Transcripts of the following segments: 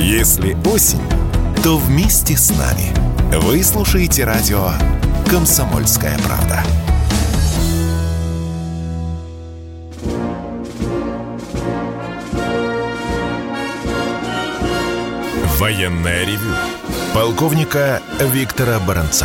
Если осень, то вместе с нами. Вы слушаете радио «Комсомольская правда». Военное ревю полковника Виктора Баранца.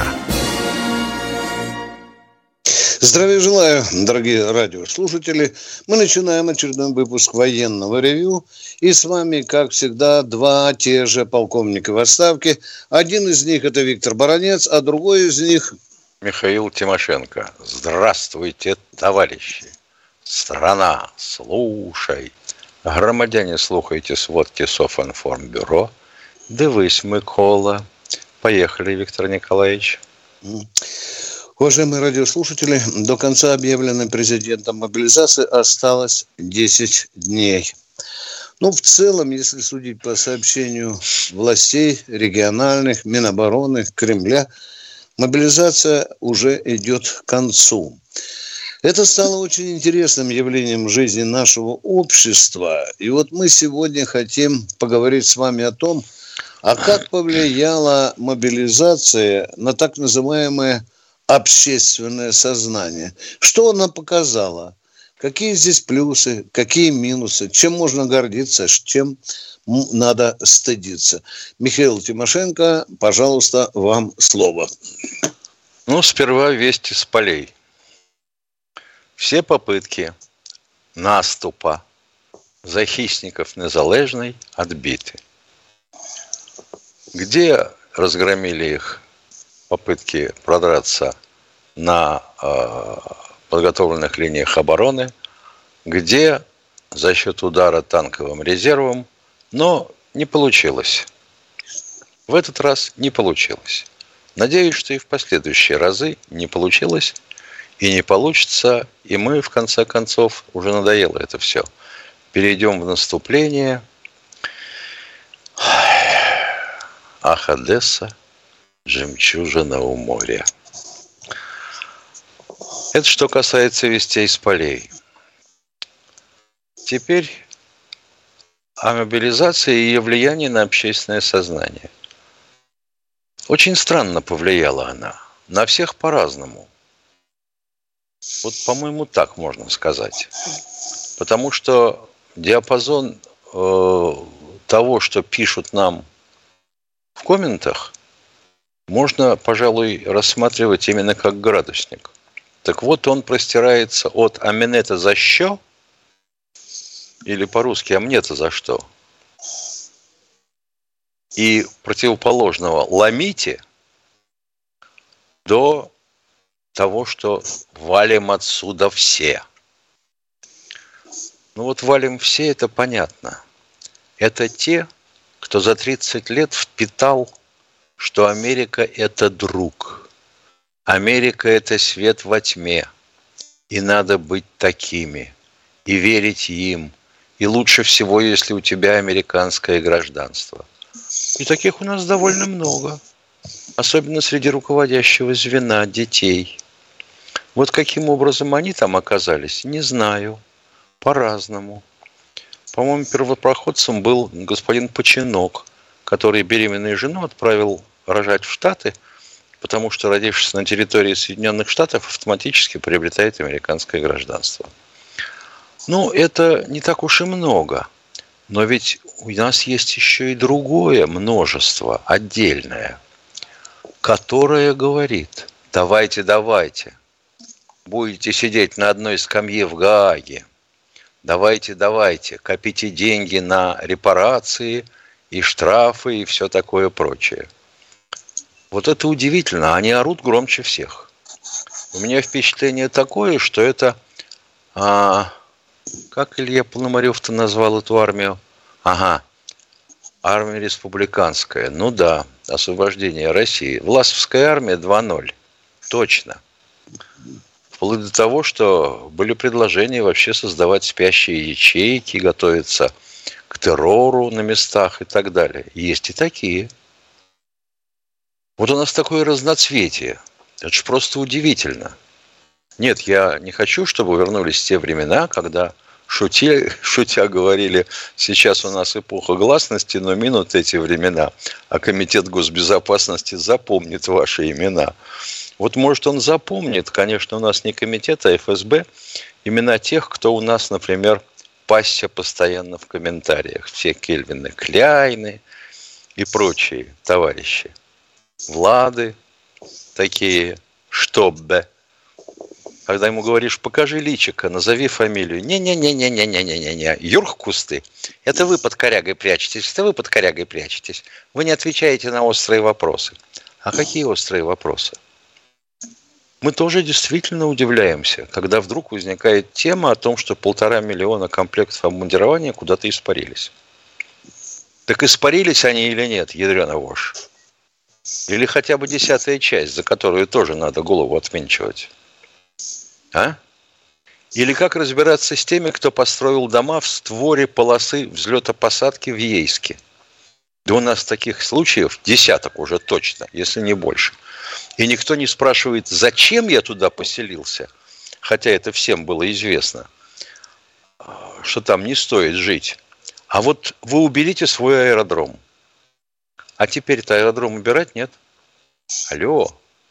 Здравия желаю, дорогие радиослушатели. Мы начинаем очередной выпуск военного ревю. И с вами, как всегда, два те же полковника в отставке. Один из них – это Виктор Баранец, а другой из них – Михаил Тимошенко. Здравствуйте, товарищи. Страна, слушай. Громадяне, слухайте сводки Софинформбюро. Дивись, Микола. Поехали, Виктор Николаевич. Уважаемые радиослушатели, до конца объявленной президентом мобилизации осталось 10 дней. В целом, если судить по сообщению властей региональных, Минобороны, Кремля, мобилизация уже идет к концу. Это стало очень интересным явлением в жизни нашего общества. И вот мы сегодня хотим поговорить с вами о том, а как повлияла мобилизация на так называемое общественное сознание. Что она показала? Какие здесь плюсы, какие минусы? Чем можно гордиться, чем надо стыдиться? Михаил Тимошенко, пожалуйста, вам слово. Сперва вести с полей. Все попытки наступа захисников Незалежной отбиты. Где разгромили их попытки продраться на подготовленных линиях обороны, где за счет удара танковым резервом, но не получилось. В этот раз не получилось. Надеюсь, что и в последующие разы не получилось и не получится, и мы, в конце концов, уже надоело это все. Перейдем в наступление. Ах, Одесса, жемчужина у моря. Это что касается вестей с полей. Теперь о мобилизации и ее влиянии на общественное сознание. Очень странно повлияла она. На всех по-разному. Вот, по-моему, так можно сказать. Потому что диапазон того, что пишут нам в комментах, можно, пожалуй, рассматривать именно как градусник. Так вот, он простирается от «а мене-то за що?» или по-русски «а мне-то за что?» и противоположного «ломите» до того, что «валим отсюда все». «Валим все» – это понятно. Это те, кто за 30 лет впитал, что Америка – это друг. Америка – это свет во тьме. И надо быть такими. И верить им. И лучше всего, если у тебя американское гражданство. И таких у нас довольно много. Особенно среди руководящего звена детей. Вот каким образом они там оказались, не знаю. По-разному. По-моему, первопроходцем был господин Починок, который беременную жену отправил рожать в Штаты, потому что, родившись на территории Соединенных Штатов, автоматически приобретает американское гражданство. Это не так уж и много. Но ведь у нас есть еще и другое множество, отдельное, которое говорит: давайте, будете сидеть на одной скамье в Гааге, давайте, копите деньги на репарации и штрафы и все такое прочее. Вот это удивительно, они орут громче всех. У меня впечатление такое, что это, как Илья Пономарев-то назвал эту армию? Армия республиканская. Освобождение России. Власовская армия 2.0. Точно. Вплоть до того, что были предложения вообще создавать спящие ячейки, готовиться к террору на местах и так далее. Есть и такие. Вот у нас такое разноцветие. Это же просто удивительно. Нет, я не хочу, чтобы вернулись те времена, когда шутя говорили, сейчас у нас эпоха гласности, но минут эти времена, а Комитет госбезопасности запомнит ваши имена. Вот, может, он запомнит, конечно, у нас не комитет, а ФСБ, имена тех, кто у нас, например, пасся постоянно в комментариях. Все Кельвины Кляйны и прочие товарищи. Влады такие, Штоббе. Когда ему говоришь, покажи личико, назови фамилию. Не-не-не-не-не-не-не-не. Юрх Кусты. Это вы под корягой прячетесь, это вы под корягой прячетесь. Вы не отвечаете на острые вопросы. А какие острые вопросы? Мы тоже действительно удивляемся, когда вдруг возникает тема о том, что 1,5 миллиона комплектов обмундирования куда-то испарились. Так испарились они или нет, ядрёна вошь? Или хотя бы 10-я часть, за которую тоже надо голову отвинчивать? А? Или как разбираться с теми, кто построил дома в створе полосы взлета-посадки в Ейске? Да у нас таких случаев десяток уже точно, если не больше. И никто не спрашивает, зачем я туда поселился, хотя это всем было известно, что там не стоит жить. А вот вы уберите свой аэродром. А теперь-то аэродром убирать нет? Алло.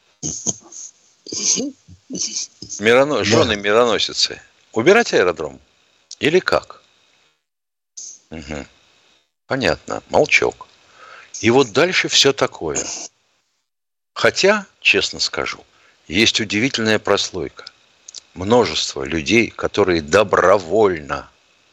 Жены мироносицы. Убирать аэродром? Или как? Угу. Понятно. Молчок. И вот дальше все такое. Хотя, честно скажу, есть удивительная прослойка. Множество людей, которые добровольно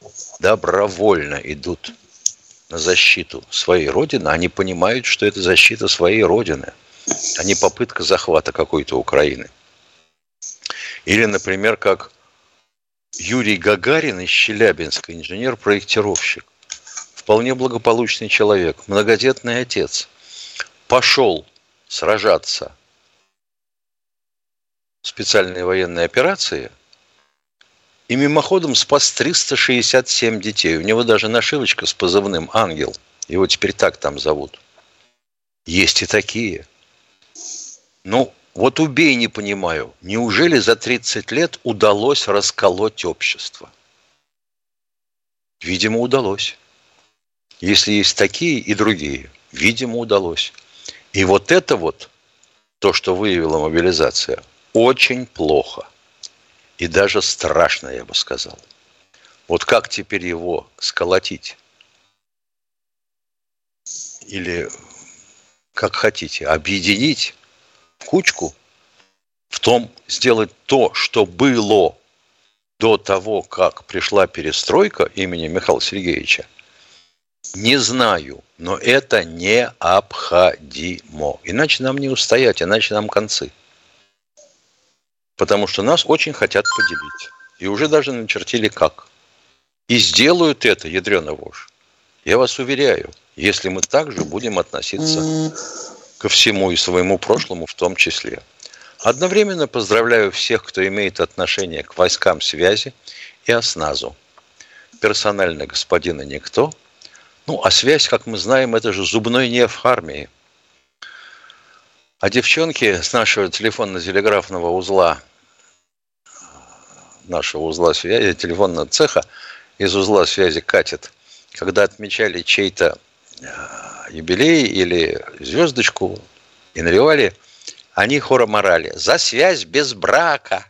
идут на защиту своей родины, они понимают, что это защита своей родины, а не попытка захвата какой-то Украины. Или, например, как Юрий Гагарин из Челябинска, инженер-проектировщик, вполне благополучный человек, многодетный отец, пошел сражаться в специальной военной операции и мимоходом спас 367 детей. У него даже нашивочка с позывным «Ангел». Его теперь так там зовут. Есть и такие. Ну, вот убей, не понимаю. Неужели за 30 лет удалось расколоть общество? Видимо, удалось. Если есть такие и другие, видимо, удалось. И вот это вот, то, что выявила мобилизация, очень плохо. И даже страшно, я бы сказал. Вот как теперь его сколотить? Или, как хотите, объединить в кучку, в том, сделать то, что было до того, как пришла перестройка имени Михаила Сергеевича, не знаю, но это необходимо. Иначе нам не устоять, иначе нам концы. Потому что нас очень хотят поделить. И уже даже начертили как. И сделают это, ядрёна вошь. Я вас уверяю, если мы также будем относиться ко всему и своему прошлому в том числе. Одновременно поздравляю всех, кто имеет отношение к войскам связи и осназу. Персонально господина никто. Ну, а связь, как мы знаем, это же зубной нерв армии. А девчонки с нашего телефонно-телеграфного узла, нашего узла связи, телефонного цеха, из узла связи катит, когда отмечали чей-то юбилей или звездочку и навевали, они хором орали: «За связь без брака!»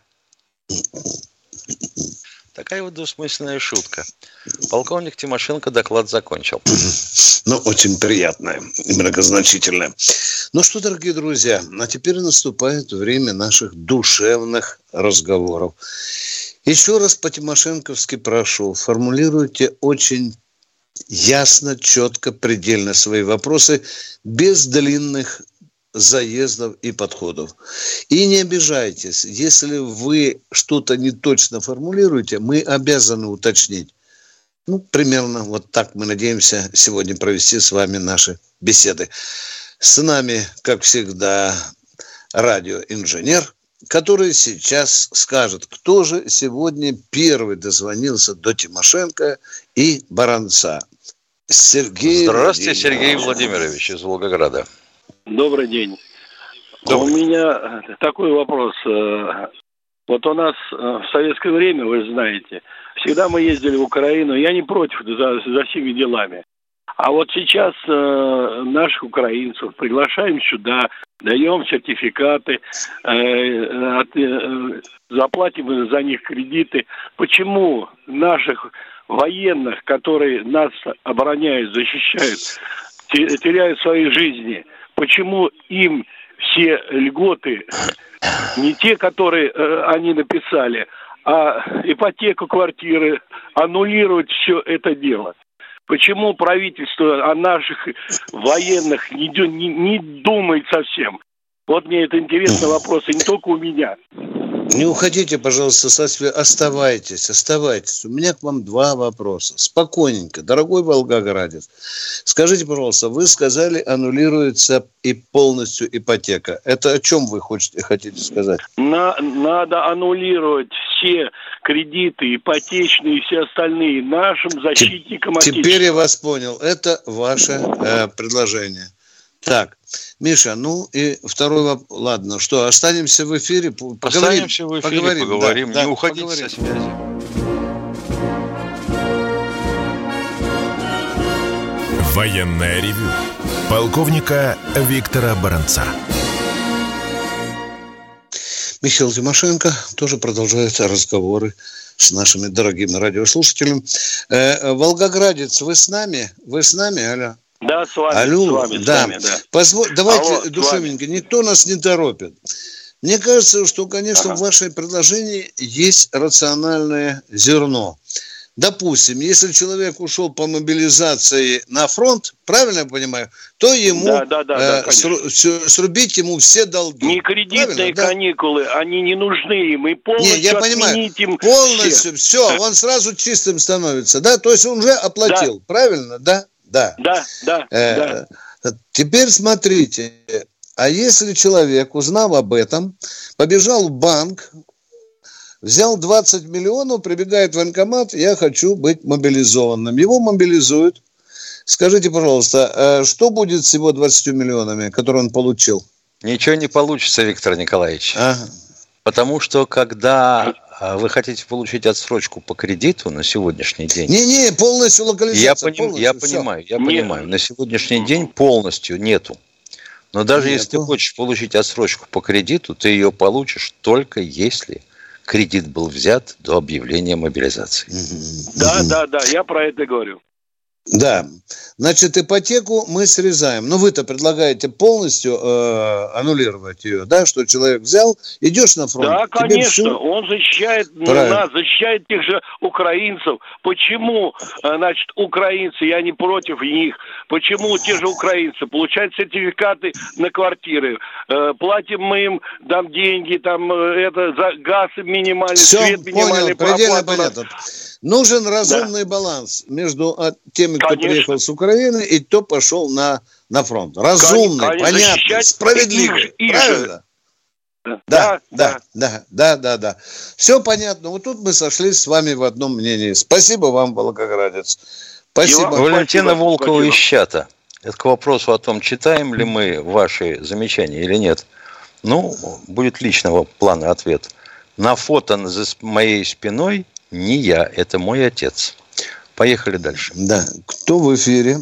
Такая вот двусмысленная шутка. Полковник Тимошенко доклад закончил. Ну, очень приятная и многозначительная. Ну что, дорогие друзья, а теперь наступает время наших душевных разговоров. Еще раз по-тимошенковски прошу, формулируйте очень ясно, четко, предельно свои вопросы, без длинных заездов и подходов. И не обижайтесь, если вы что-то не точно формулируете, мы обязаны уточнить. Ну, примерно вот так мы надеемся сегодня провести с вами наши беседы. С нами, как всегда, радиоинженер, который сейчас скажет, кто же сегодня первый дозвонился до Тимошенко и Баранца. Сергей. Здравствуйте, Сергей Владимирович из Волгограда. Добрый день. Добрый. У меня такой вопрос. Вот у нас в советское время, вы знаете, всегда мы ездили в Украину. Я не против за всеми делами. А вот сейчас наших украинцев приглашаем сюда, даем сертификаты, заплатим за них кредиты. Почему наших военных, которые нас обороняют, защищают, теряют свои жизни, почему им все льготы, не те, которые они написали, а ипотеку квартиры, аннулируют все это дело? Почему правительство о наших военных не думает совсем? Вот мне это интересный вопрос, и не только у меня. Не уходите, пожалуйста, оставайтесь. У меня к вам два вопроса. Спокойненько, дорогой волгоградец. Скажите, пожалуйста, вы сказали, аннулируется и полностью ипотека. Это о чем вы хотите сказать? Надо аннулировать все кредиты, ипотечные и все остальные нашим защитникам Отечества. Теперь я вас понял. Это ваше предложение. Так, Миша, ну и второй вопрос. Ладно, что, останемся в эфире? Поговорим. Да, не уходите поговорим. со связи. Военное ревю полковника Виктора Баранца. Михаил Тимошенко тоже продолжает разговоры с нашими дорогими радиослушателями. Волгоградец, вы с нами? Алло. Да, с вами. Алло, с да. вами, да. Давайте, Алло, душевненько, никто нас не торопит. Мне кажется, что, конечно, в вашем предложении есть рациональное зерно. Допустим, если человек ушел по мобилизации на фронт, правильно я понимаю, то ему срубить ему все долги. Не кредитные каникулы, они не нужны им, и полностью отменить им полностью все, он сразу чистым становится, да? То есть он уже оплатил, правильно, да? Да. Теперь смотрите, а если человек, узнав об этом, побежал в банк, взял 20 миллионов, прибегает в военкомат, я хочу быть мобилизованным. Его мобилизуют. Скажите, пожалуйста, что будет с его 20 миллионами, которые он получил? Ничего не получится, Виктор Николаевич. Потому что, когда вы хотите получить отсрочку по кредиту на сегодняшний день... Не, полностью локализация. Я понимаю. На сегодняшний день полностью нету. Но даже если ты хочешь получить отсрочку по кредиту, ты ее получишь только если кредит был взят до объявления мобилизации. Да, я про это говорю. Да. Значит, ипотеку мы срезаем. Но вы-то предлагаете полностью аннулировать ее, да? Что человек взял, идешь на фронт. Да, конечно. Он защищает нас, защищает тех же украинцев. Почему, значит, украинцы, я не против них, почему те же украинцы получают сертификаты на квартиры, платим мы им, дам деньги, там, за газ минимальный, свет минимальный. Все, понял, предельно понятно. Нужен разумный баланс между теми, кто приехал с Украины, и кто пошел на фронт. Разумный, понятный, справедливый. Правильно? Да. Все понятно. Вот тут мы сошлись с вами в одном мнении. Спасибо вам, волгоградец. Спасибо. Валентина Волкова из чата. Это к вопросу о том, читаем ли мы ваши замечания или нет. Ну, будет личного плана ответ. На фото за моей спиной не я, это мой отец. Поехали дальше. Да. Кто в эфире?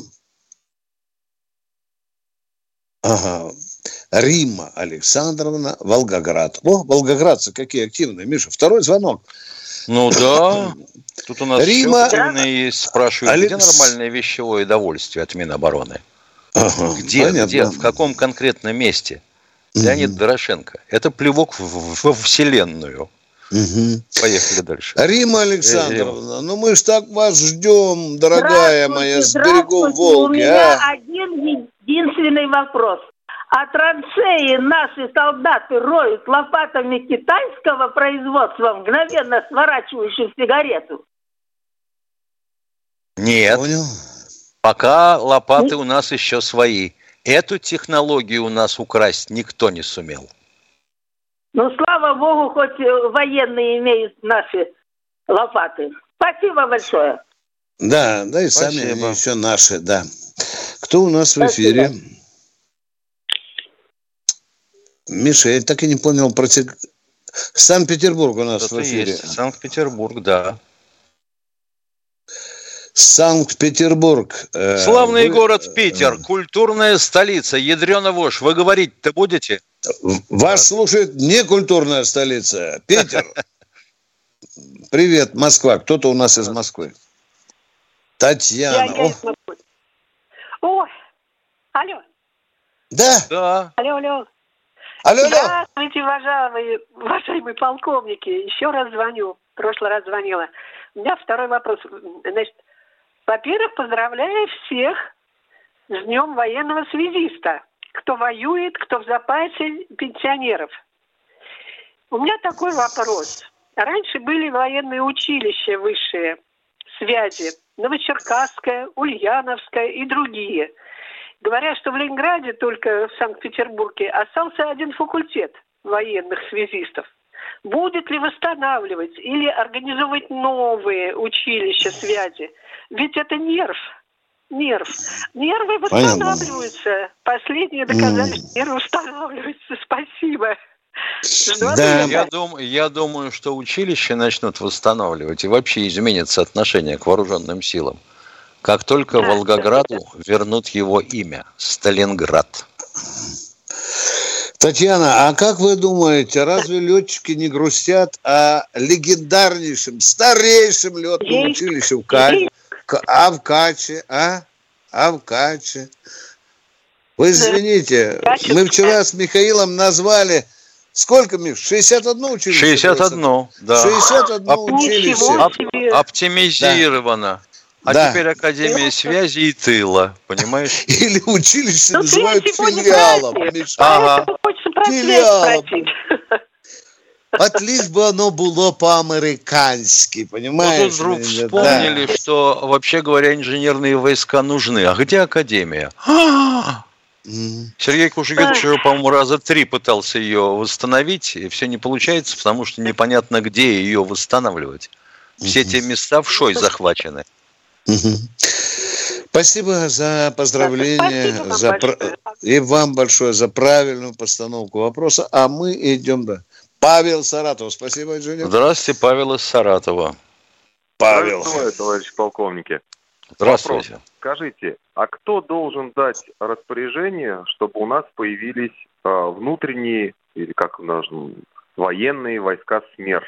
Ага. Римма Александровна, Волгоград. О, волгоградцы какие активные. Миша, второй звонок. Ну да. Тут у нас Римма... все активные есть. Спрашивают, где нормальное вещевое довольствие от Минобороны? Где? В каком конкретном месте? Леонид Дорошенко. Это плевок во вселенную. Поехали дальше. Римма Александровна, ну мы ж так вас ждем, дорогая моя, с берегов Волги. У меня один единственный вопрос. А траншеи наши солдаты роют лопатами китайского производства, мгновенно сворачивающих сигарету? Нет. Понял. Пока лопаты у нас еще свои. Эту технологию у нас украсть никто не сумел. Ну, слава богу, хоть военные имеют наши лопаты. Спасибо большое. Да, и сами они еще наши, да. Кто у нас в эфире? Миша, я так и не понял Санкт-Петербург у нас Что-то в эфире. есть. Санкт-Петербург, да. Санкт-Петербург. Славный город Питер, культурная столица, ядрёна вошь. Вы говорить-то будете? Вас слушает некультурная столица. Питер. Привет, Москва. Кто-то у нас из Москвы. Татьяна. Я из Москвы. Ой, алло. Да. Алло. Алло. Здравствуйте, уважаемые полковники. Еще раз звоню. В прошлый раз звонила. У меня второй вопрос. Значит, во-первых, поздравляю всех с Днем военного связиста. Кто воюет, кто в запасе, пенсионеров. У меня такой вопрос. Раньше были военные училища высшие, связи. Новочеркасская, Ульяновская и другие. Говорят, что в Ленинграде, только в Санкт-Петербурге, остался один факультет военных связистов. Будет ли восстанавливать или организовывать новые училища связи? Ведь это нерв. Нервы восстанавливаются. Последнее доказательство. Нервы восстанавливаются. Спасибо. Да. Я думаю, что училища начнут восстанавливать и вообще изменится отношение к вооруженным силам. Как только Волгограду вернут его имя – Сталинград. Татьяна, а как вы думаете, разве летчики не грустят о легендарнейшем, старейшем летном училище в Каче? В Каче? Вы извините, мы вчера с Михаилом назвали... Сколько, Миш? 61 училище? 61, да. 61 училище. Оптимизировано. А теперь Академия связи и тыла, понимаешь? Или училище называют филиалом. Филиалом. От лишь бы оно было по-американски, понимаешь? Мы тут вдруг вспомнили, что, вообще говоря, инженерные войска нужны. А где Академия? Сергей Кужугетович уже, по-моему, раза 3 пытался ее восстановить, и все не получается, потому что непонятно, где ее восстанавливать. Все те места в ШОЙ захвачены. Спасибо за поздравления. И вам большое за правильную постановку вопроса. А мы идем дальше. Павел, Саратов. Спасибо, инженер. Здравствуйте, Павел из Саратова. Павел. Здравствуйте, товарищи полковники. Здравствуйте. Вопрос. Скажите, а кто должен дать распоряжение, чтобы у нас появились внутренние, или как нужно, военные войска СМЕРШ?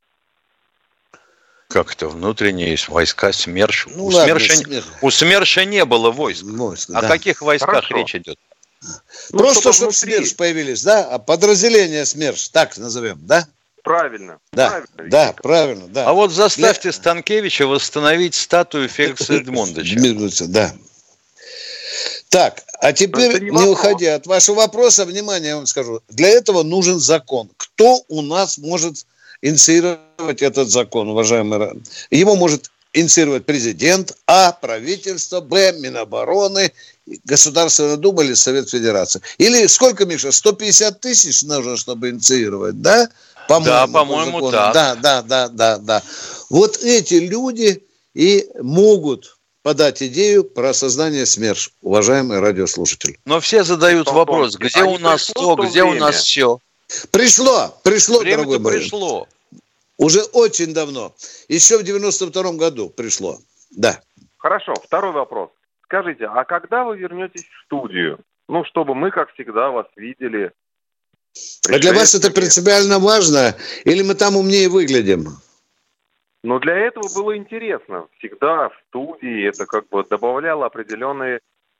Как это внутренние войска СМЕРШ? Ну, у СМЕРШа не было войск. О каких войсках речь идет? Просто чтобы СМЕРШ появились, да? А подразделение СМЕРШ, так назовем, да? Правильно. Правильно, да. А вот заставьте Станкевича восстановить статую Феликса Эдмундовича. Да. Так, а теперь, не уходя от вашего вопроса, внимание, я вам скажу. Для этого нужен закон. Кто у нас может инициировать этот закон, уважаемые? Его может инициировать президент, А, правительство, Б, Минобороны, Государственная Дума или Совет Федерации. Или сколько, Миша, 150 тысяч нужно, чтобы инициировать, да? По-моему, так. Да. Вот эти люди и могут подать идею про создание СМЕРШ, уважаемый радиослушатель. Но все задают вопрос, где у нас то, где у нас все. Пришло, дорогой мой. Пришло. Уже очень давно. Еще в 92-м году пришло. Да. Хорошо, второй вопрос. Скажите, а когда вы вернетесь в студию? Ну, чтобы мы, как всегда, вас видели. А для вас это принципиально важно? Или мы там умнее выглядим? Но для этого было интересно. Всегда в студии это как бы добавляло определенные...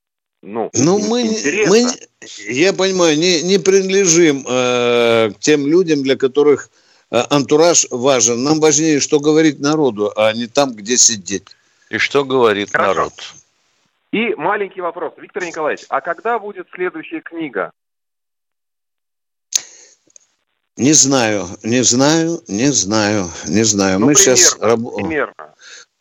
Я понимаю, не принадлежим к тем людям, для которых антураж важен. Нам важнее, что говорить народу, а не там, где сидеть. И что говорит народ. И маленький вопрос. Виктор Николаевич, а когда будет следующая книга? Не знаю. Мы сейчас... Примерно.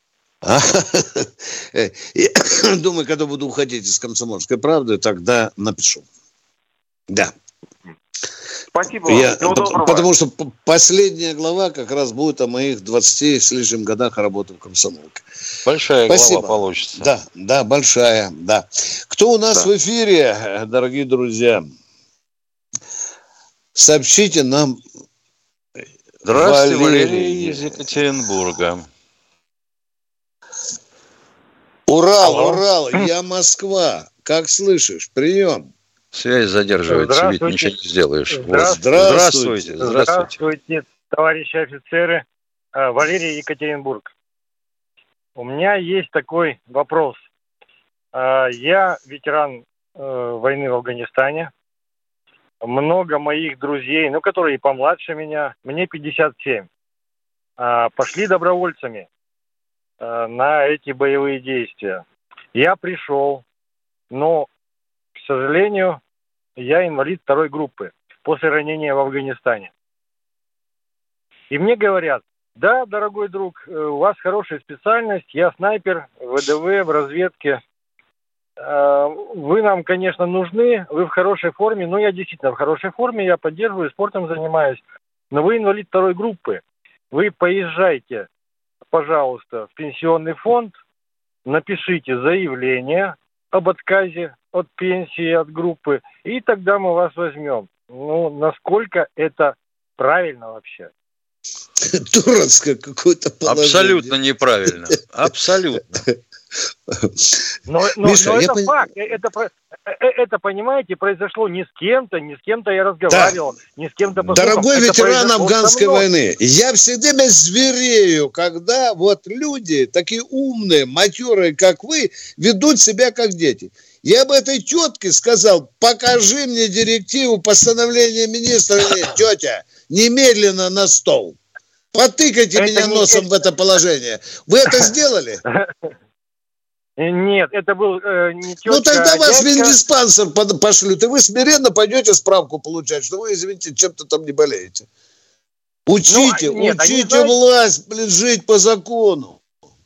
Я думаю, когда буду уходить из «Комсомольской правды», тогда напишу. Да. Спасибо вам. Потому что последняя глава как раз будет о моих 20 с лишним годах работы в «Комсомолке». Большая глава получится. Да, большая, да. Кто у нас в эфире, дорогие друзья? Сообщите нам Здравствуйте, Валерий из Екатеринбурга. Урал, я Москва. Как слышишь? Прием. Связь задерживается, ведь ничего не сделаешь. Здравствуйте. Здравствуйте, товарищи офицеры. Валерий, Екатеринбург. У меня есть такой вопрос. Я ветеран войны в Афганистане. Много моих друзей, которые помладше меня, мне 57, пошли добровольцами на эти боевые действия. Я пришел, но, к сожалению, я инвалид второй группы после ранения в Афганистане. И мне говорят: да, дорогой друг, у вас хорошая специальность, я снайпер, ВДВ, в разведке. Вы нам, конечно, нужны, вы в хорошей форме, я действительно в хорошей форме, я поддерживаю, спортом занимаюсь, но вы инвалид второй группы. Вы поезжайте, пожалуйста, в пенсионный фонд, напишите заявление об отказе от пенсии, от группы, и тогда мы вас возьмем. Насколько это правильно вообще? Дурацкое какое-то положение. Абсолютно неправильно. Абсолютно. Но Миша, это факт. Это, понимаете, произошло не с кем-то я разговаривал, не с кем-то послушал. Дорогой ветеран афганской войны, я всегда зверею, когда люди, такие умные, матерые, как вы, ведут себя как дети. Я бы этой тетке сказал: покажи мне директиву постановления министра. Тетя, немедленно на стол. Потыкайте меня носом в это положение. Вы это сделали? Нет, это был не тетка. Тогда вас в виндиспансер пошлют, и вы смиренно пойдете справку получать, что вы, извините, чем-то там не болеете. Учите власть, жить по закону.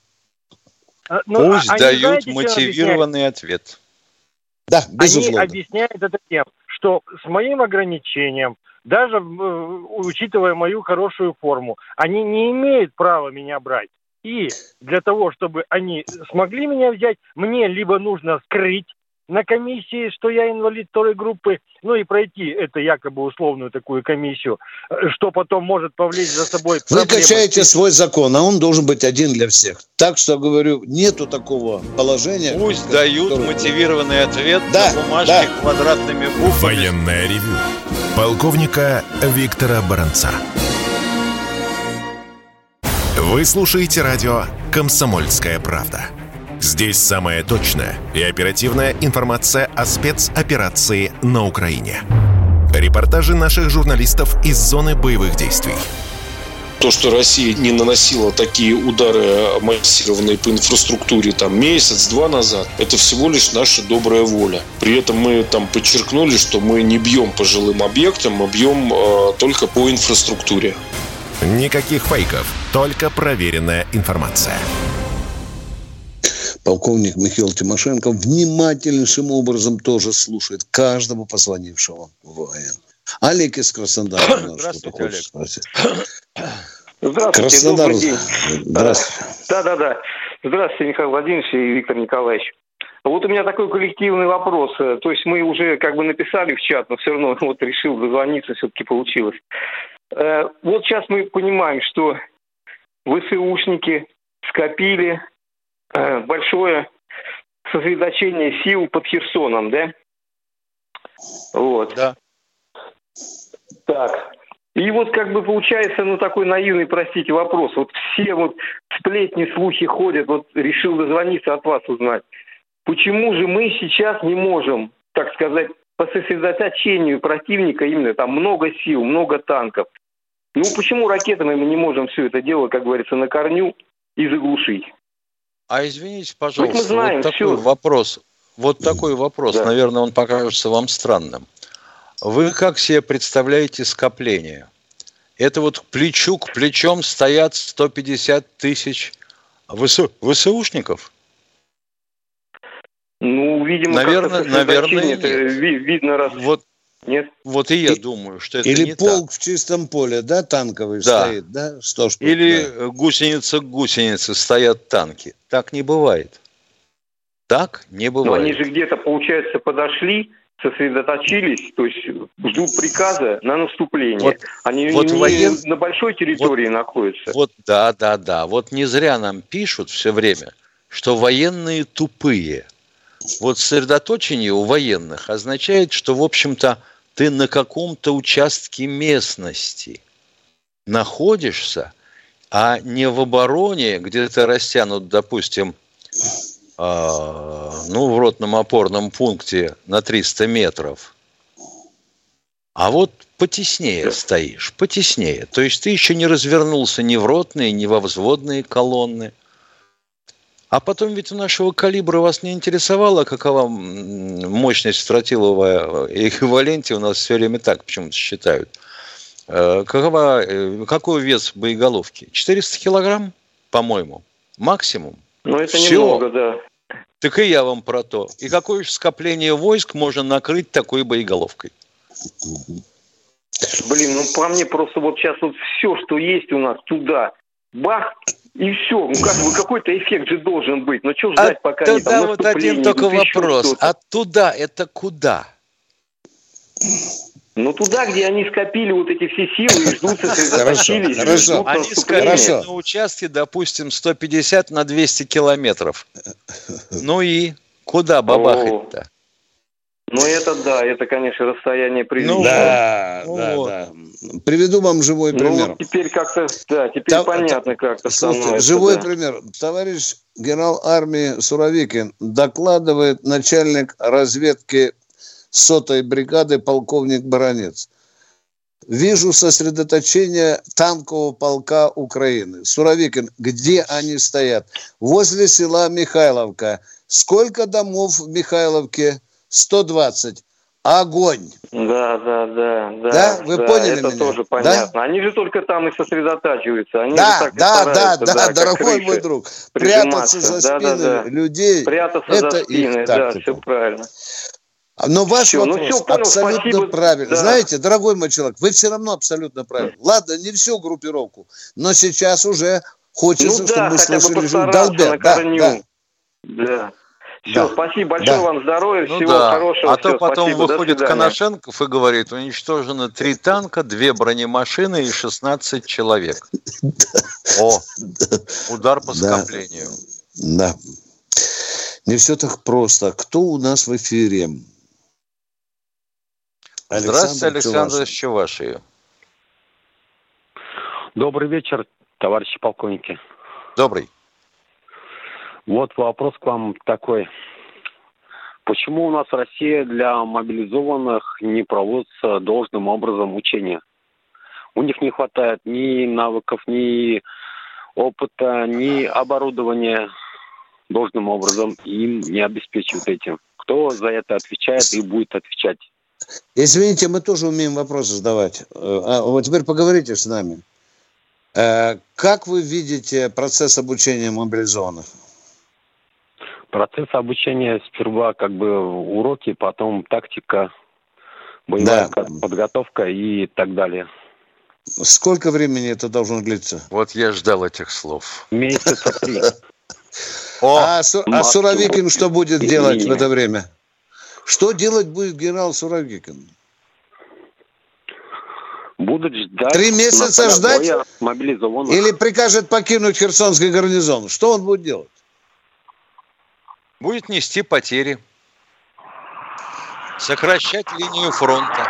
Пусть дают мотивированный ответ. Да, безусловно. Они объясняют это тем, что с моим ограничением, даже учитывая мою хорошую форму, они не имеют права меня брать. И для того, чтобы они смогли меня взять, мне либо нужно скрыть на комиссии, что я инвалид второй группы, и пройти эту якобы условную такую комиссию, что потом может повлечь за собой проблемы. Вы качаете свой закон, а он должен быть один для всех. Так что, говорю, нету такого положения. Пусть дают мотивированный ответ на бумажке квадратными буквами. Военное ревю полковника Виктора Баранца. Вы слушаете радио «Комсомольская правда». Здесь самая точная и оперативная информация о спецоперации на Украине. Репортажи наших журналистов из зоны боевых действий. То, что Россия не наносила такие удары массированные по инфраструктуре месяц-два назад, это всего лишь наша добрая воля. При этом мы подчеркнули, что мы не бьем по жилым объектам, мы бьем только по инфраструктуре. Никаких фейков, только проверенная информация. Полковник Михаил Тимошенко внимательнейшим образом тоже слушает каждого позвонившего в воен. Олег из Краснодара. Здравствуйте, Олег. Здравствуйте, Краснодар. добрый день. Здравствуйте. Да. Здравствуйте, Михаил Владимирович и Виктор Николаевич. Вот у меня такой коллективный вопрос. То есть мы уже написали в чат, но все равно решил дозвониться, все-таки получилось. Вот сейчас мы понимаем, что ВСУшники скопили большое сосредоточение сил под Херсоном, да? Вот. Да. Так. И получается, такой наивный, простите, вопрос. Все сплетни, слухи ходят, решил дозвониться от вас узнать. Почему же мы сейчас не можем, так сказать, по сосредоточению противника именно много сил, много танков? Почему ракетами мы не можем все это дело, как говорится, на корню и заглушить? А извините, пожалуйста, мы знаем, такой вопрос, да. Наверное, он покажется вам странным. Вы как себе представляете скопление? Это плечу к плечом стоят 150 тысяч ВСУшников? Видимо, наверное, это видно раз. Нет? И я думаю, что это или не полк так. в чистом поле, да, танковый стоит, да? Или гусеница к гусенице стоят танки. Так не бывает. Так не бывает. Но они же где-то, получается, подошли сосредоточились, то есть ждут приказа на наступление. Вот, они вот не на большой территории находятся. Вот, да. Вот не зря нам пишут все время, что военные тупые. Вот сосредоточение у военных означает, что, в общем-то, ты на каком-то участке местности находишься, а не в обороне, где ты растянут, допустим, в ротном опорном пункте на 300 метров. А вот потеснее стоишь, потеснее. То есть ты еще не развернулся ни в ротные, ни во взводные колонны. А потом ведь у нашего калибра вас не интересовало, какова мощность тротилового эквиваленте, у нас все время так почему-то считают. Какой вес боеголовки? 400 килограмм, по-моему, максимум. Ну, это Все. немного, да. Так и я вам про то. И какое же скопление войск можно накрыть такой боеголовкой? Блин, по мне просто вот сейчас вот все, что есть у нас, туда, бах, и все. Какой-то эффект же должен быть. Но что ждать, пока они там вот один только вопрос. А туда это куда? Туда, где они скопили вот эти все силы и ждут, сосредоточились. Хорошо. Они скопили на участке, допустим, 150 на 200 километров. Ну и куда бабахать-то? Это, конечно, расстояние приличное. Да. Приведу вам живой пример. Теперь как-то, понятно как-то становится. Живой пример. Товарищ генерал армии Суровикин докладывает начальник разведки 100-й бригады полковник Баранец. Вижу сосредоточение танкового полка Украины. Суровикин, где они стоят? Возле села Михайловка. Сколько домов в Михайловке? 120. Огонь. Да. Да? Вы поняли это меня? Тоже понятно. Да? Они же только там и сосредотачиваются. Они да, дорогой мой друг. Прятаться за спины людей. Прятаться это за спины, их тактика. все правильно. Но ваш вопрос понял, абсолютно спасибо. правильный. Да. Знаете, дорогой мой человек, вы все равно абсолютно правильный. Ладно, не всю группировку, но сейчас уже хочется, чтобы мы слышали, что долбят. Да. Все, спасибо большое вам, здоровья, всего хорошего. А то потом выходит Коношенков и говорит, уничтожено 3 танка, 2 бронемашины и 16 человек. Удар по скоплению. Да. Не все так просто. Кто у нас в эфире? Здравствуйте, Александр из Чувашии. Добрый вечер, товарищи полковники. Добрый. Вот вопрос к вам такой. Почему у нас Россия для мобилизованных не проводится должным образом учения? У них не хватает ни навыков, ни опыта, ни оборудования должным образом. Им не обеспечивают этим. Кто за это отвечает и будет отвечать? Извините, мы тоже умеем вопросы задавать. Вот теперь поговорите с нами. Как вы видите процесс обучения мобилизованных? Процесс обучения сперва уроки, потом тактика, боевая подготовка и так далее. Сколько времени это должно длиться? Вот я ждал этих слов. Месяца 3. А Суровикин что будет делать в это время? Что делать будет генерал Суровикин? Будут ждать. 3 месяца ждать? Мобилизованных. Или прикажет покинуть Херсонский гарнизон? Что он будет делать? Будет нести потери. Сокращать линию фронта.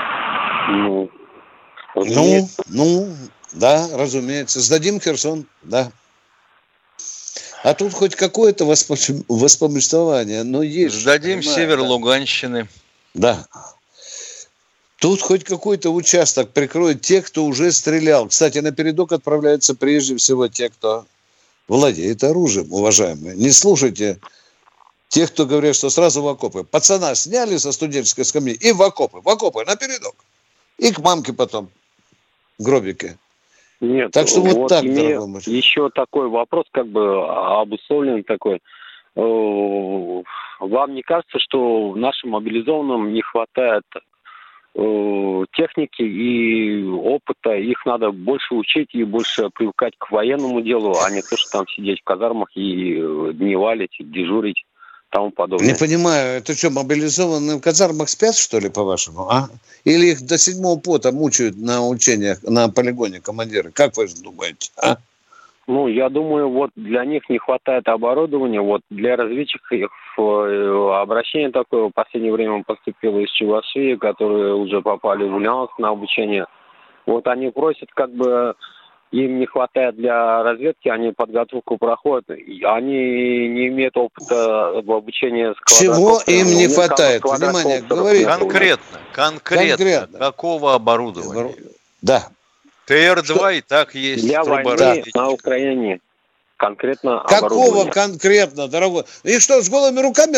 Да, разумеется. Сдадим Херсон, да. А тут хоть какое-то воспомоществование, но есть. Сдадим север Луганщины. Да. Тут хоть какой-то участок прикроет тех, кто уже стрелял. Кстати, на передок отправляются прежде всего те, кто владеет оружием, уважаемые. Не слушайте тех, кто говорят, что сразу в окопы. Пацана сняли со студенческой скамьи и в окопы на передок. И к мамке потом в гробике. Нет, так что вот так, дорогой мой. Еще такой вопрос, обусловлен такой. Вам не кажется, что нашим мобилизованным не хватает техники и опыта? Их надо больше учить и больше привыкать к военному делу, а не то, что там сидеть в казармах и дневалить, дежурить. тому подобное. Не понимаю, это что, мобилизованные в казармах спят, что ли, по-вашему? А? Или их до 7-го пота мучают на учениях, на полигоне командиры? Как вы думаете, а? Ну, я думаю, вот для них не хватает оборудования. Вот для разведчиков обращение такое в последнее время поступило из Чувашии, которые уже попали в Ульяновск на обучение. Вот они просят, как бы, им не хватает для разведки, они подготовку проходят. Они не имеют опыта в обучении с чего им не хватает? Внимание, говорите. Конкретно. Какого оборудования? Да. ТР-2 и так есть. Для войны на Украине. Конкретно какого конкретно, дорогой? И что, с голыми руками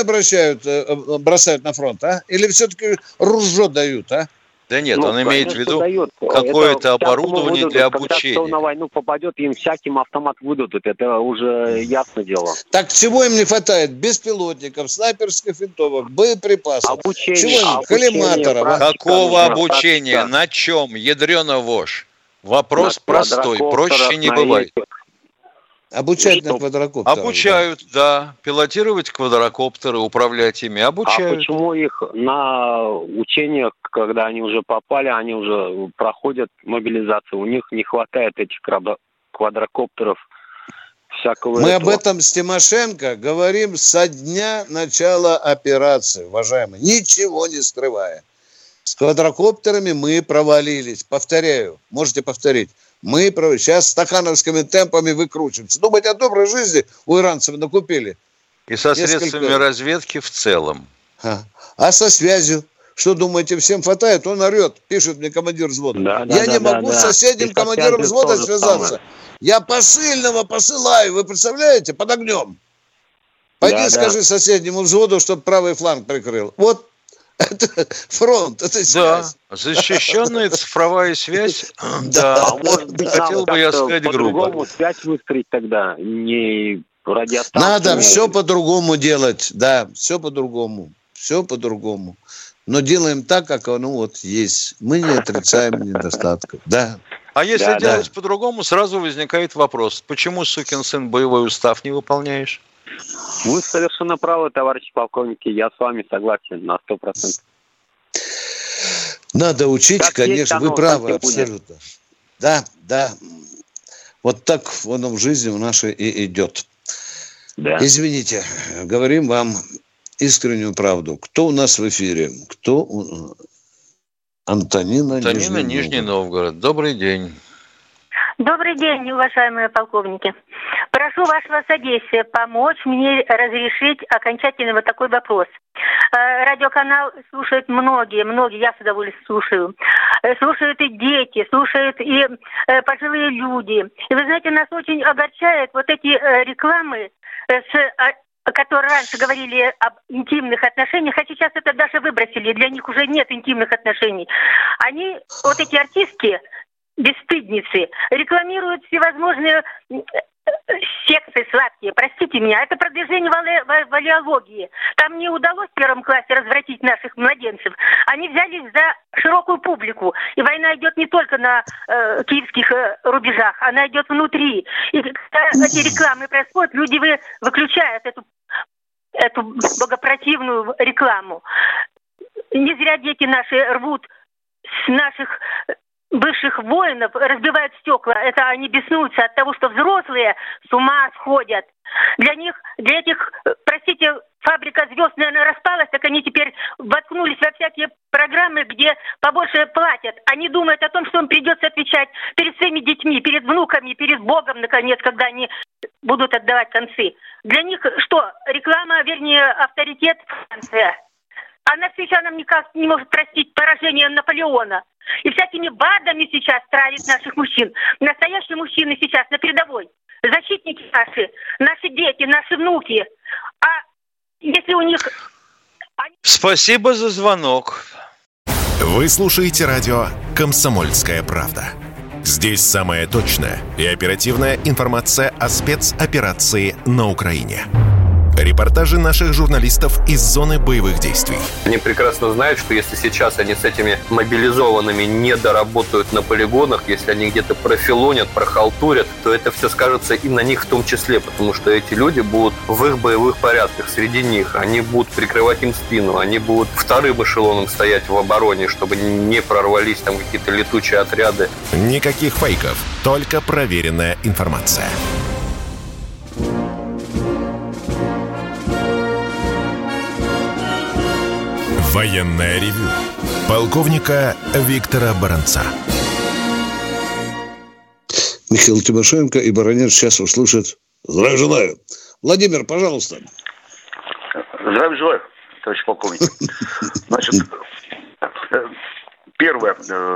бросают на фронт, а? Или все-таки ружье дают, а? Да нет, он имеет в виду какое-то оборудование для обучения. Когда кто на войну попадет, им всяким автомат выдадут. Это уже ясное дело. Так чего им не хватает? Беспилотников, снайперских винтовок, боеприпасов. Обучение. Коллиматоров. Какого обучения? На чем? Ядрёна вошь. Вопрос простой. Проще не бывает. Обучать на квадрокоптерах. Обучают, да. Пилотировать квадрокоптеры, управлять ими. Обучают. А почему их на учениях, когда они уже попали, они уже проходят мобилизацию? У них не хватает этих квадрокоптеров, всякого Мы этого. об этом с Тимошенко говорим со дня начала операции, уважаемые. Ничего не скрывая. С квадрокоптерами мы провалились. Повторяю, можете повторить. Мы сейчас стакановскими темпами выкручиваемся. Думать о доброй жизни у иранцев накупили. И со средствами разведки в целом. А со связью? Что думаете, всем хватает? Он орет, пишет мне командир взвода. Я не могу с соседним командиром взвода связаться. Я посыльного посылаю, вы представляете, под огнем. Пойди скажи соседнему взводу, чтобы правый фланг прикрыл. Вот. Это фронт, это связь. Да, защищенная цифровая связь. Да, хотел бы я сказать грубо. По-другому связь выстроить тогда, не радиостанцию. Надо все по-другому делать, да, все по-другому. Но делаем так, как оно вот есть. Мы не отрицаем недостатков, да. А если делать по-другому, сразу возникает вопрос, почему, сукин сын, боевой устав не выполняешь? Вы совершенно правы, товарищи полковники, я с вами согласен на 100%. Надо учить, как конечно, вы правы, абсолютно. Да. Вот так оно в жизни у нашей и идет. Да. Извините, говорим вам искреннюю правду. Кто у нас в эфире? Антонина, Нижний Новгород. Добрый день. Добрый день, уважаемые полковники. Прошу вашего содействия помочь мне разрешить окончательно вот такой вопрос. Радиоканал слушают многие, я с удовольствием слушаю. Слушают и дети, слушают и пожилые люди. И вы знаете, нас очень огорчают вот эти рекламы, которые раньше говорили об интимных отношениях, а сейчас это даже выбросили, для них уже нет интимных отношений. Они, вот эти артистки, бесстыдницы, рекламируют всевозможные сексы сладкие. Простите меня, это продвижение валеологии. Там не удалось в первом классе развратить наших младенцев. Они взялись за широкую публику. И война идет не только на киевских рубежах, она идет внутри. И когда эти рекламы происходят, люди выключают эту богопротивную рекламу. Не зря дети наши рвут с наших бывших воинов, разбивают стекла. Это они беснуются от того, что взрослые с ума сходят. Для этих, простите, фабрика звезд, наверное, распалась, так они теперь воткнулись во всякие программы, где побольше платят. Они думают о том, что им придется отвечать перед своими детьми, перед внуками, перед Богом, наконец, когда они будут отдавать концы. Для них что? Реклама, вернее, авторитет Франция. Она сейчас нам никак не может простить поражение Наполеона. И всякими бардами сейчас травит наших мужчин. Настоящие мужчины сейчас на передовой. Защитники наши дети, наши внуки. А если у них... Спасибо за звонок. Вы слушаете радио «Комсомольская правда». Здесь самая точная и оперативная информация о спецоперации на Украине. Репортажи наших журналистов из зоны боевых действий. Они прекрасно знают, что если сейчас они с этими мобилизованными не доработают на полигонах, если они где-то профилонят, прохалтурят, то это все скажется и на них в том числе, потому что эти люди будут в их боевых порядках, среди них. Они будут прикрывать им спину, они будут вторым эшелоном стоять в обороне, чтобы не прорвались там какие-то летучие отряды. Никаких фейков, только проверенная информация. Военное ревю полковника Виктора Баранца. Михаил Тимошенко и Баранец сейчас услышат. Здравия желаю. Владимир, пожалуйста. Здравия желаю, товарищ полковник. Значит, первое.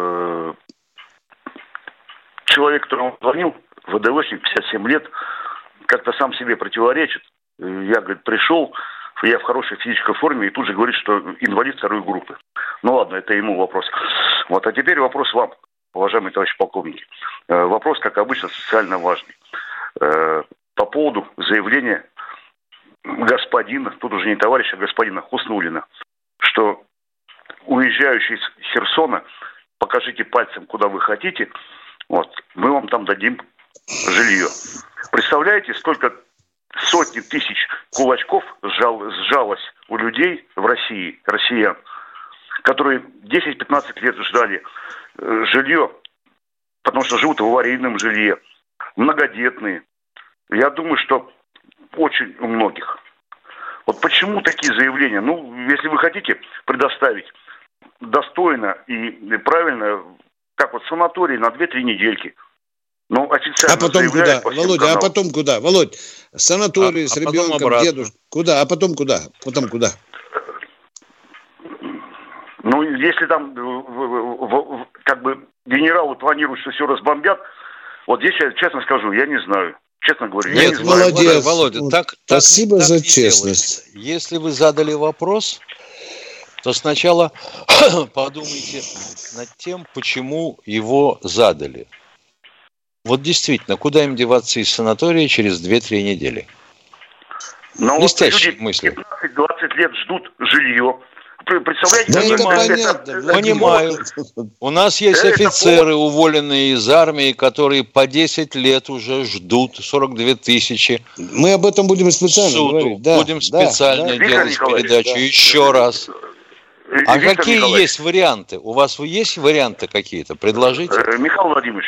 Человек, которому звонил, ВДВшник, 57 лет, как-то сам себе противоречит. Я, говорит, пришел, я в хорошей физической форме, и тут же говорит, что инвалид второй группы. Ну ладно, это ему вопрос. Вот, а теперь вопрос вам, уважаемые товарищи полковники. Вопрос, как обычно, социально важный. По поводу заявления господина, тут уже не товарища, а господина Хуснуллина, что уезжающий из Херсона, покажите пальцем, куда вы хотите, вот, мы вам там дадим жилье. Представляете, сколько сотни тысяч кулачков сжалось у людей в России, россиян, которые 10-15 лет ждали жилье, потому что живут в аварийном жилье, многодетные. Я думаю, что очень у многих. Вот почему такие заявления? Ну, если вы хотите предоставить достойно и правильно, как вот санаторий на 2-3 недельки, ну, официально. А потом куда, Володя, каналам. А потом куда? Володь, санаторий с ребенком, дедушкой. Куда? А потом куда? Потом куда? Ну, если там как бы генералы планируют, что все разбомбят, вот здесь я честно скажу, я не знаю. Честно говоря, я не знаю. Молодец. Володя, спасибо так за честность. Делается. Если вы задали вопрос, то сначала подумайте над тем, почему его задали. Вот действительно, куда им деваться из санатория через 2-3 недели? Но вот люди 15-20 лет ждут жилье. Представляете, да это понятно. Понимаю. У нас есть офицеры, уволенные из армии, которые по 10 лет уже ждут 42 тысячи. Мы об этом будем специально говорить. Да, будем специально делать передачу еще раз. А Виктор какие Николаевич. есть варианты? У вас есть варианты какие-то? Предложите. Михаил Владимирович,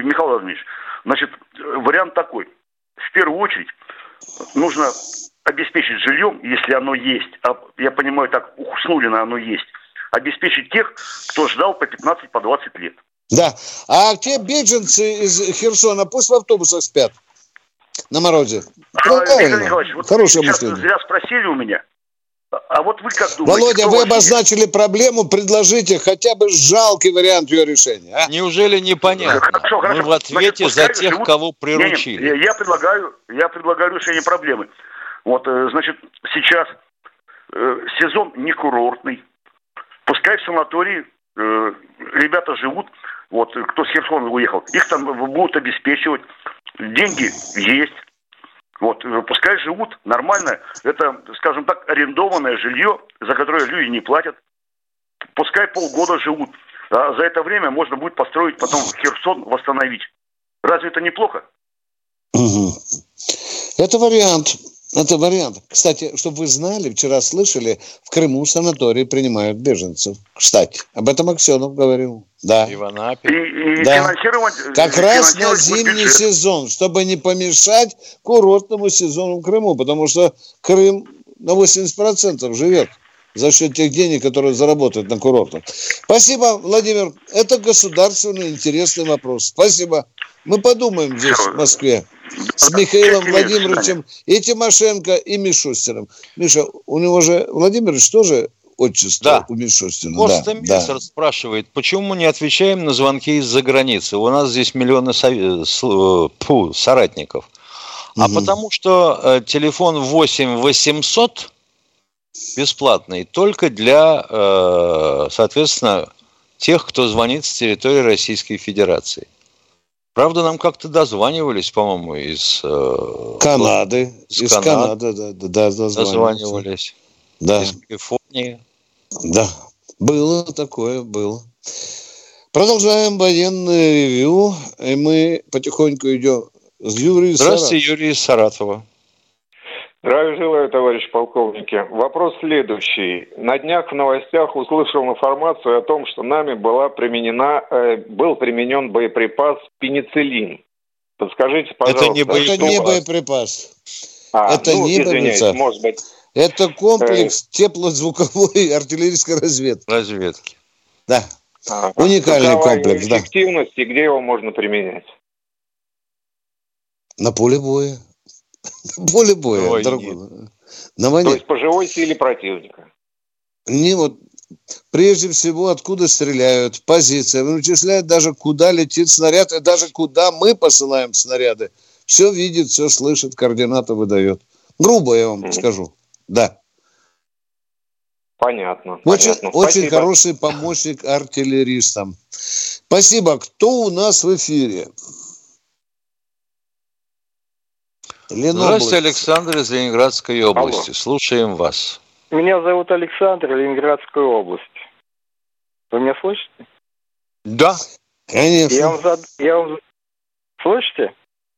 значит, вариант такой. В первую очередь нужно обеспечить жильем, если оно есть, а я понимаю, так у Хуснуллина оно есть, обеспечить тех, кто ждал по 15, по 20 лет. Да. А те беженцы из Херсона пусть в автобусах спят на морозе. Виктор Николаевич, вот хорошее сейчас мышление. Зря спросили у меня. А вот вы как думаете? Володя, вы обозначили проблему, предложите хотя бы жалкий вариант ее решения. А? Неужели непонятно? Хорошо. Мы в ответе за тех, живут... кого приручили. Я предлагаю решение проблемы. Вот, значит, сейчас сезон не курортный. Пускай в санатории ребята живут, вот, кто с Херсона уехал, их там будут обеспечивать. Деньги есть. Вот, пускай живут нормально. Это, скажем так, арендованное жилье, за которое люди не платят. Пускай полгода живут. А за это время можно будет построить потом Херсон, восстановить. Разве это неплохо? Угу. Это вариант. Это вариант. Кстати, чтобы вы знали, вчера слышали, в Крыму санатории принимают беженцев. Кстати, об этом Аксенов говорил. Да. И в Анапе. Да. Как раз на зимний сезон, чтобы не помешать курортному сезону в Крыму, потому что Крым на 80% живет за счет тех денег, которые заработают на курортах. Спасибо, Владимир. Это государственный интересный вопрос. Спасибо. Мы подумаем здесь, в Москве, с Михаилом Владимировичем и Тимошенко, и Мишустиным. Миша, у него же Владимирович тоже отчество у Мишустина. Гостаминистр спрашивает, почему мы не отвечаем на звонки из-за границы? У нас здесь миллионы соратников. А потому что телефон 8 800 бесплатный только для, соответственно, тех, кто звонит с территории Российской Федерации. Правда, нам как-то дозванивались, по-моему, из Канады. Из Канады, да, дозванивались. Да. Из Калифорнии. Да, было такое, было. Продолжаем военное ревью, и мы потихоньку идем с Юрием из Саратова. Здравствуйте, Юрий из Саратова. Здравия желаю, товарищ полковники. Вопрос следующий. На днях в новостях услышал информацию о том, что нами был применен боеприпас пенициллин. Подскажите, пожалуйста. Это не боеприпас. Извиняюсь, может быть. Это комплекс теплозвуковой артиллерийской разведки. Да. Уникальный комплекс, да. Эффективность и где его можно применять? На поле боя. На поле боя, дорогой. На войне. То есть по живой силе противника? Прежде всего, откуда стреляют, позиция. Вычисляют даже, куда летит снаряд, и даже куда мы посылаем снаряды. Все видит, все слышит, координаты выдает. Грубо я вам скажу. Да. Понятно. Очень хороший помощник артиллеристам. Спасибо. Кто у нас в эфире? Здравствуйте, Александр из Ленинградской области. Алло. Слушаем вас. Меня зовут Александр, Ленинградская область. Вы меня слышите? Да. Конечно. Я вам... Слышите?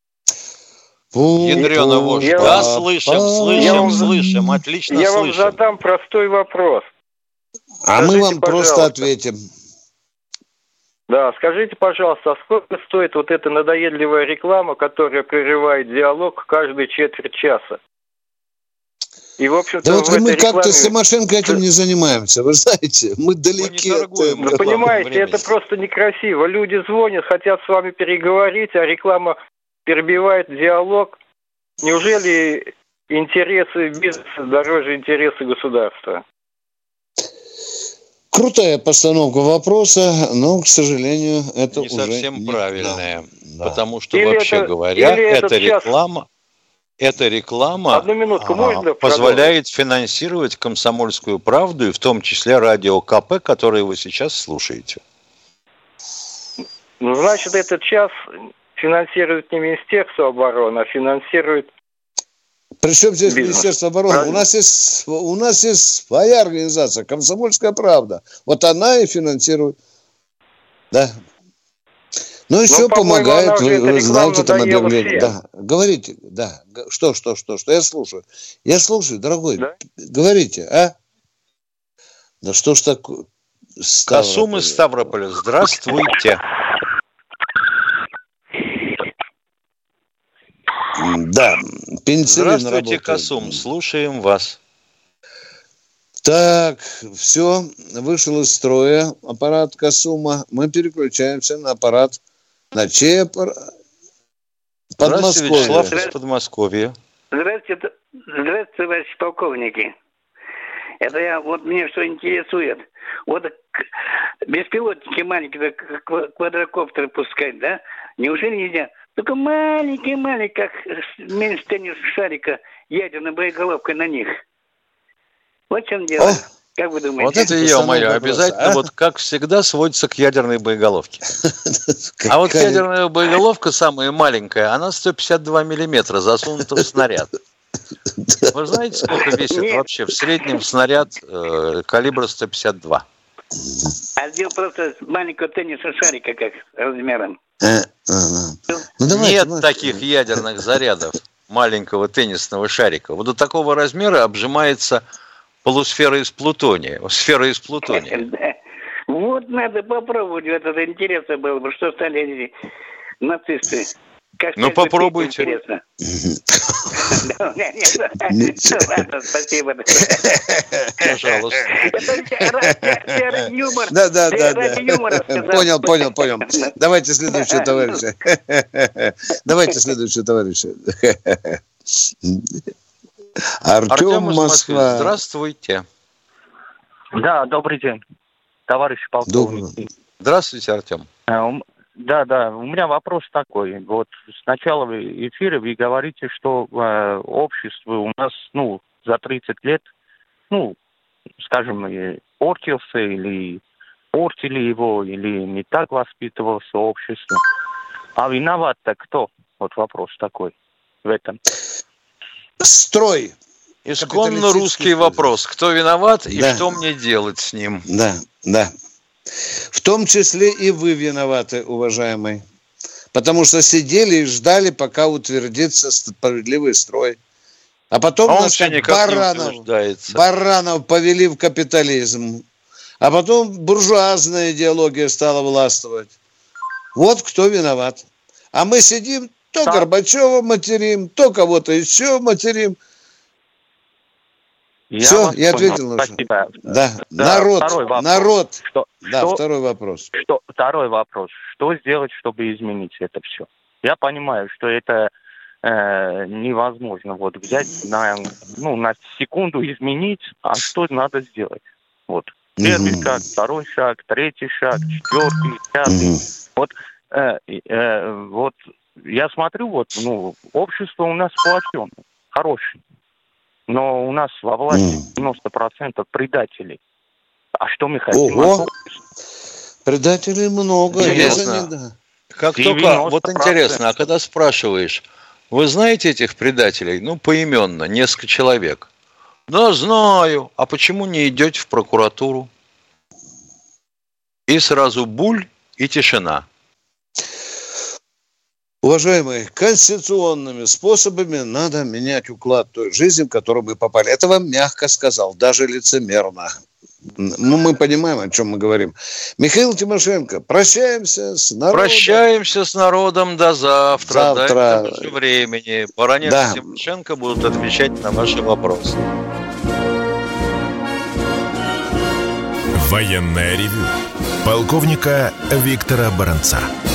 Ядрёна вошь. Да, слышим. Отлично слышим. Я вам задам простой вопрос. Мы вам просто ответим. Да, скажите, пожалуйста, а сколько стоит вот эта надоедливая реклама, которая прерывает диалог каждые четверть часа? И, в общем-то, мы как-то с Тимошенко этим не занимаемся, вы знаете, мы далеки от этого. Вы понимаете, это просто некрасиво. Люди звонят, хотят с вами переговорить, а реклама перебивает диалог. Неужели интересы бизнеса дороже интересы государства? Крутая постановка вопроса, но, к сожалению, это не уже совсем правильная. Да. Потому что, или вообще говоря, эта реклама позволяет финансировать «Комсомольскую правду» и в том числе радио КП, которое вы сейчас слушаете. Значит, этот час финансирует не Министерство обороны, а финансирует Причем здесь Министерство обороны? У нас есть своя организация, «Комсомольская правда». Вот она и финицирует. Да. Ну, еще помогает, вы знаете, там объявление. Да, говорите, да. Что? Я слушаю, дорогой. Да? Говорите, а? Да что ж такое? Касум из Ставрополя, здравствуйте. Да, пенициллин здравствуйте, работает. Касум, слушаем вас. Так, все, вышел из строя аппарат Касума. Мы переключаемся на аппарат. На чей аппарат? Здравствуйте, Вячеслав из Подмосковья. Здравствуйте, товарищи полковники. Это мне что интересует. Вот беспилотники маленькие, квадрокоптеры пускать, да? Неужели нельзя? Только маленький, как меньше теннисного шарика, ядерной боеголовкой на них. Вот в чем дело. Как вы думаете? Вот это ё-моё, обязательно, вот как всегда, сводится к ядерной боеголовке. А вот ядерная боеголовка, самая маленькая, она 152 миллиметра, засунута в снаряд. Вы знаете, сколько весит вообще в среднем снаряд калибра 152? А сделал просто маленького теннисного шарика, как размером. Нет таких ядерных зарядов маленького теннисного шарика. Вот до такого размера обжимается полусфера из плутония. Сфера из плутония. Вот надо попробовать. Это интересно было бы, что стали нацисты. Ну попробуйте. Интересно. Спасибо. Пожалуйста. Да. Понял. Давайте следующего товарища. Артем из Москвы. Здравствуйте. Да, добрый день, товарищ полковник. Здравствуйте, Артем. Да, у меня вопрос такой. Вот с начала эфира вы говорите, что общество у нас, за 30 лет, скажем, портился или портили его, или не так воспитывался общество. А виноват-то кто? Вот вопрос такой в этом. Строй. Исконно русский вопрос. Кто виноват и что мне делать с ним? Да. В том числе и вы виноваты, уважаемый. Потому что сидели и ждали, пока утвердится справедливый строй. А потом нас как баранов повели в капитализм. А потом буржуазная идеология стала властвовать. Вот кто виноват. А мы сидим, то Горбачева материм, то кого-то еще материм. Все, я ответил на спасибо. Да. Народ. Второй вопрос. Второй вопрос. Что сделать, чтобы изменить это все? Я понимаю, что это невозможно вот взять на секунду изменить, а что надо сделать? Вот. Первый шаг, второй шаг, третий шаг, четвертый, пятый. Вот я смотрю, общество у нас сплоченное, хорошее. Но у нас во власти 90% предателей. А что мы хотим? Ого! Предателей много. Интересно. Как только, вот интересно, а когда спрашиваешь, вы знаете этих предателей? Поименно, несколько человек. Да, знаю. А почему не идете в прокуратуру? И сразу буль и тишина. Уважаемые, конституционными способами надо менять уклад той жизни, в которую мы попали. Это вам мягко сказал, даже лицемерно. Мы понимаем, о чем мы говорим. Михаил Тимошенко, прощаемся с народом. Прощаемся с народом до завтра. До этого же времени. Баранец и Тимошенко будут отвечать на ваши вопросы. Военное ревю полковника Виктора Баранца.